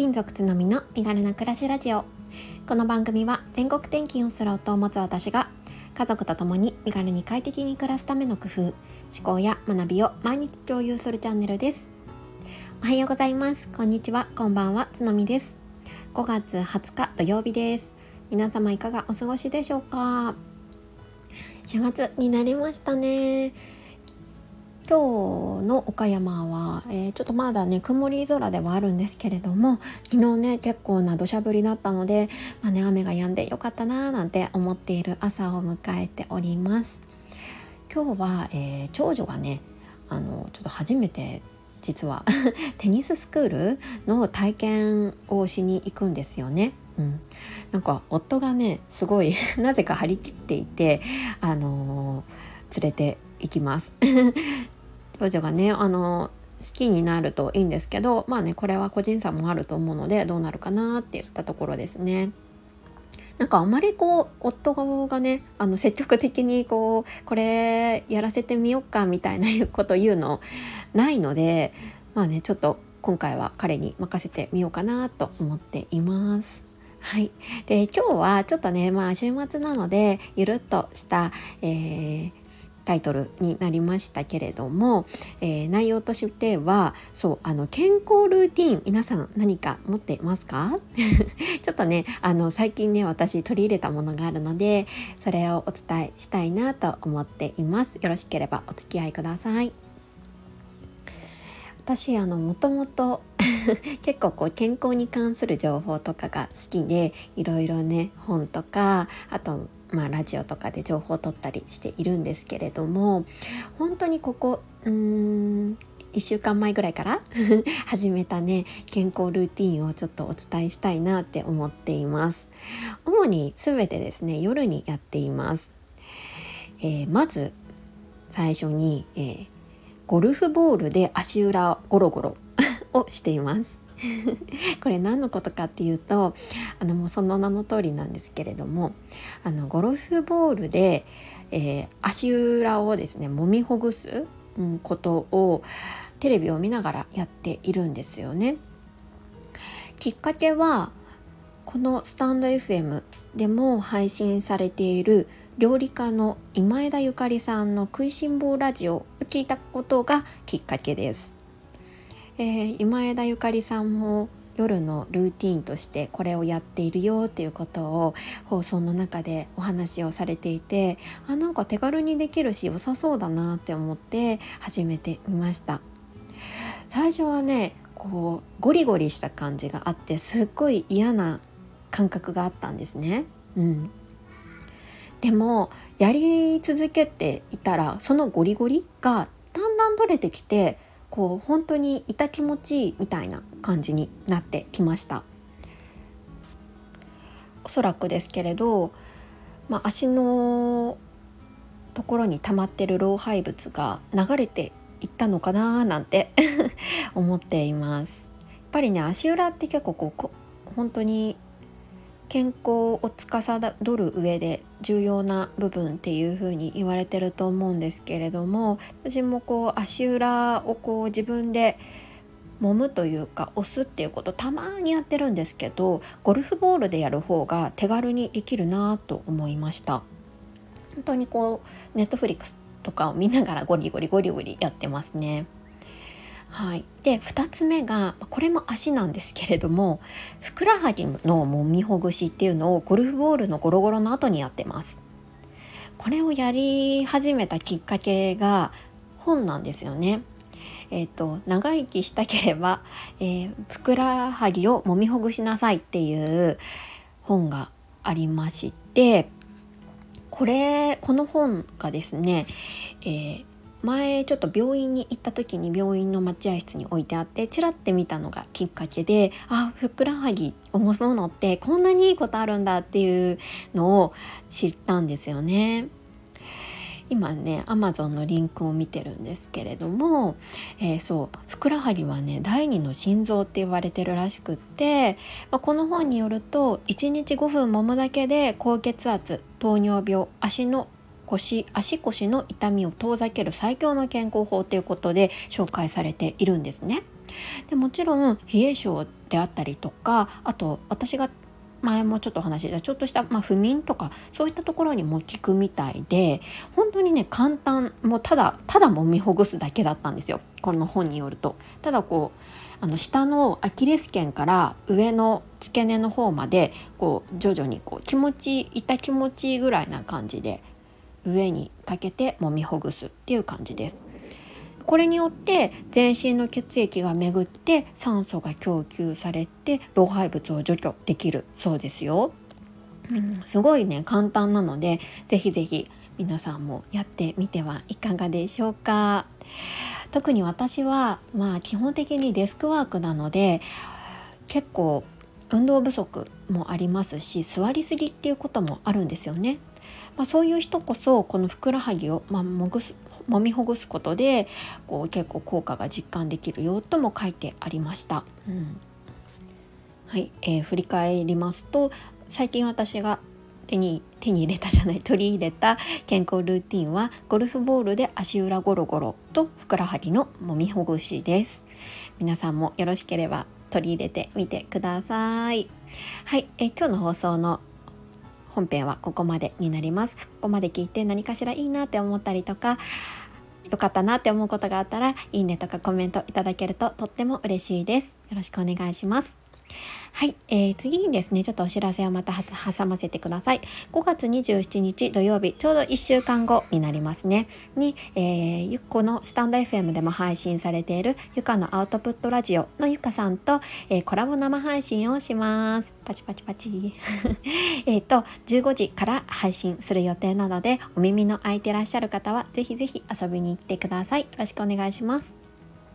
勤族つのみの身軽な暮らしラジオ。この番組は全国転勤をする夫を持つ私が家族と共に身軽に快適に暮らすための工夫、思考や学びを毎日共有するチャンネルです。おはようございます。こんにちは、こんばんは、つのみです。5月20日土曜日です。皆様いかがお過ごしでしょうか。週末になりましたね。今日の岡山は、ちょっとまだね曇り空ではあるんですけれども、昨日ね結構な土砂降りだったので、雨が止んでよかったななんて思っている朝を迎えております。今日は、長女がねちょっと初めて実はテニススクールの体験をしに行くんですよね。なんか夫がねすごいなぜか張り切っていて、連れて行きます長女がね好きになるといいんですけど、これは個人差もあると思うのでどうなるかなって言ったところですね。なんかあまり夫がね積極的にこれやらせてみようかみたいなこと言うのないので、ちょっと今回は彼に任せてみようかなと思っています。はい。で今日はちょっとね週末なのでゆるっとした、タイトルになりましたけれども、内容としては健康ルーティン、皆さん何か持ってますかちょっとね最近ね私取り入れたものがあるので、それをお伝えしたいなと思っています。よろしければお付き合いください。私もともと結構健康に関する情報とかが好きで、いろいろね本とかあとラジオとかで情報を取ったりしているんですけれども、本当にここ1週間前ぐらいから始めたね健康ルーティンをちょっとお伝えしたいなって思っています。主に全てですね夜にやっています。まず最初に、ゴルフボールで足裏ゴロゴロをしていますこれ何のことかっていうともうその名の通りなんですけれども、ゴルフボールで、足裏をですね揉みほぐす、ことをテレビを見ながらやっているんですよね。きっかけはこのスタンド FM でも配信されている料理家の今枝ゆかりさんの食いしん坊ラジオを聞いたことがきっかけです。今枝ゆかりさんも夜のルーティーンとしてこれをやっているよっていうことを放送の中でお話をされていて、なんか手軽にできるし良さそうだなって思って始めてみました。最初はねゴリゴリした感じがあってすっごい嫌な感覚があったんですね。でもやり続けていたらそのゴリゴリがだんだん取れてきて、本当に痛気持ちいいみたいな感じになってきました。おそらくですけれど、足のところに溜まってる老廃物が流れていったのかななんて思っています。やっぱりね足裏って結構本当に健康を司る上で重要な部分っていう風に言われてると思うんですけれども、私も足裏を自分で揉むというか押すっていうことたまにやってるんですけど、ゴルフボールでやる方が手軽にできるなと思いました。本当にネットフリックスとかを見ながらゴリゴリやってますね。はい、で2つ目がこれも足なんですけれども、ふくらはぎの揉みほぐしっていうのをゴルフボールのゴロゴロの後にやってます。これをやり始めたきっかけが本なんですよね。長生きしたければ、ふくらはぎを揉みほぐしなさいっていう本がありまして、この本がですね、前ちょっと病院に行った時に病院の待合室に置いてあってチラって見たのがきっかけで、ふくらはぎを揉むのってこんなにいいことあるんだっていうのを知ったんですよね。今ね Amazon のリンクを見てるんですけれども、ふくらはぎはね第二の心臓って言われてるらしくって、この本によると1日5分揉むだけで高血圧、糖尿病、足腰の痛みを遠ざける最強の健康法ということで紹介されているんですね。 でもちろん冷え性であったりとか、あと私が前もちょっとお話ししたちょっとした、不眠とかそういったところにも効くみたいで、本当にね簡単、もうただ揉みほぐすだけだったんですよ。この本によると、ただこう下のアキレス腱から上の付け根の方までこう徐々にこう痛気持ちいいぐらいな感じで上にかけて揉みほぐすっていう感じです。これによって全身の血液が巡って酸素が供給されて老廃物を除去できるそうですよ。すごいね簡単なので、ぜひぜひ皆さんもやってみてはいかがでしょうか。特に私は基本的にデスクワークなので結構運動不足もありますし、座りすぎっていうこともあるんですよね。そういう人こそこのふくらはぎを揉みほぐすことで結構効果が実感できるよとも書いてありました。はい、振り返りますと、最近私が取り入れた健康ルーティンはゴルフボールで足裏ゴロゴロとふくらはぎの揉みほぐしです。皆さんもよろしければ取り入れてみてください。はい、今日の放送の本編はここまでになります。ここまで聞いて何かしらいいなって思ったりとか、よかったなって思うことがあったらいいねとかコメントいただけるととっても嬉しいです。よろしくお願いします。はい、次にですねちょっとお知らせをまた挟ませてください。5月27日土曜日、ちょうど1週間後になりますねに、ゆっこのスタンド FM でも配信されているゆかのアウトプットラジオのゆかさんと、コラボ生配信をします。パチパチパチ15時から配信する予定なので、お耳の空いてらっしゃる方はぜひぜひ遊びに行ってください。よろしくお願いします。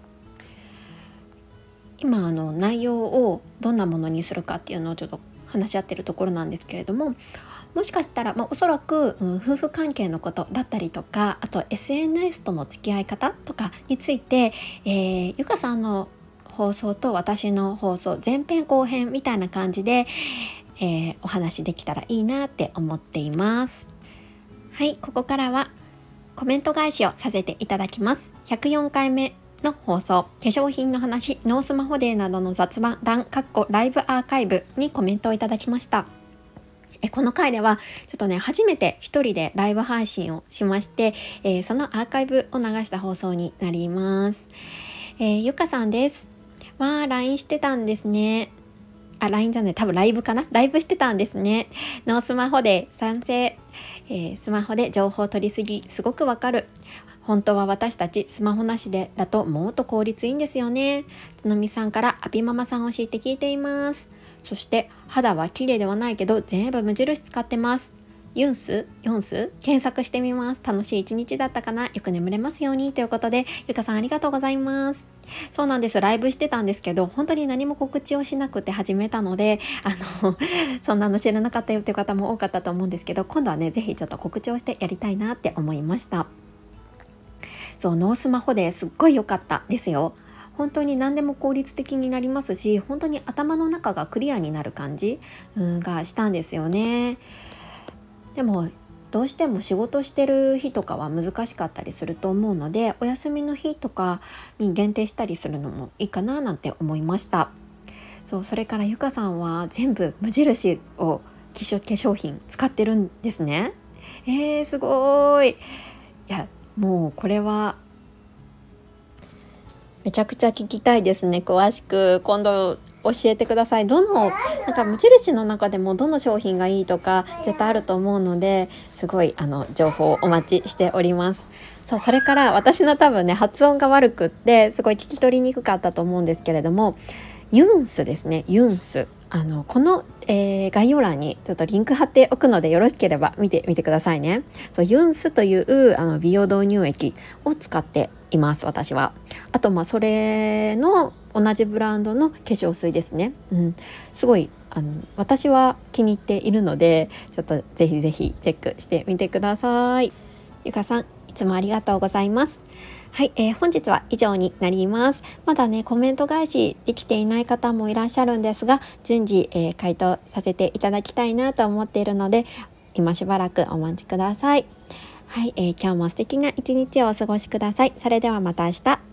今内容をどんなものにするかっていうのをちょっと話し合ってるところなんですけれども、もしかしたら、おそらく、夫婦関係のことだったりとか、あと SNS との付き合い方とかについて、ゆかさんの放送と私の放送前編後編みたいな感じで、お話できたらいいなって思っています。はい、ここからはコメント返しをさせていただきます。104回目の放送、化粧品の話、ノースマホデーなどの雑談ライブアーカイブにコメントをいただきました。この回ではちょっとね初めて一人でライブ配信をしまして、そのアーカイブを流した放送になります。ゆかさんです。LINE してたんですね。LINE じゃない、多分ライブかな、ライブしてたんですね。ノースマホデー賛成。スマホで情報取りすぎすごくわかる。本当は私たちスマホなしでだともっと効率いいんですよね。つのみさんからアピママさん教えて聞いています。そして肌は綺麗ではないけど全部無印使ってます。4ス検索してみます。楽しい一日だったかな。よく眠れますようにということで、ゆかさんありがとうございます。そうなんです。ライブしてたんですけど、本当に何も告知をしなくて始めたので、そんなの知らなかったよという方も多かったと思うんですけど、今度はねぜひちょっと告知をしてやりたいなって思いました。そう、ノースマホですっごい良かったですよ。本当に何でも効率的になりますし、本当に頭の中がクリアになる感じがしたんですよね。でもどうしても仕事してる日とかは難しかったりすると思うので、お休みの日とかに限定したりするのもいいかななんて思いました。それからゆかさんは全部無印を化粧品使ってるんですね。すごい。いやもうこれはめちゃくちゃ聞きたいですね。詳しく今度教えてください。なんか無印の中でもどの商品がいいとか絶対あると思うので、すごい情報をお待ちしております。それから私の多分ね発音が悪くってすごい聞き取りにくかったと思うんですけれども、ユンスですね。ユンスこの、概要欄にちょっとリンク貼っておくので、よろしければ見てみてくださいね。ユンスという美容導入液を使っています、私は。あとそれの同じブランドの化粧水ですね。すごい私は気に入っているので、ちょっとぜひぜひチェックしてみてください。ゆかさんいつもありがとうございます。はい、本日は以上になります。まだねコメント返しできていない方もいらっしゃるんですが、順次、回答させていただきたいなと思っているので、今しばらくお待ちください。はい、今日も素敵な一日をお過ごしください。それではまた明日。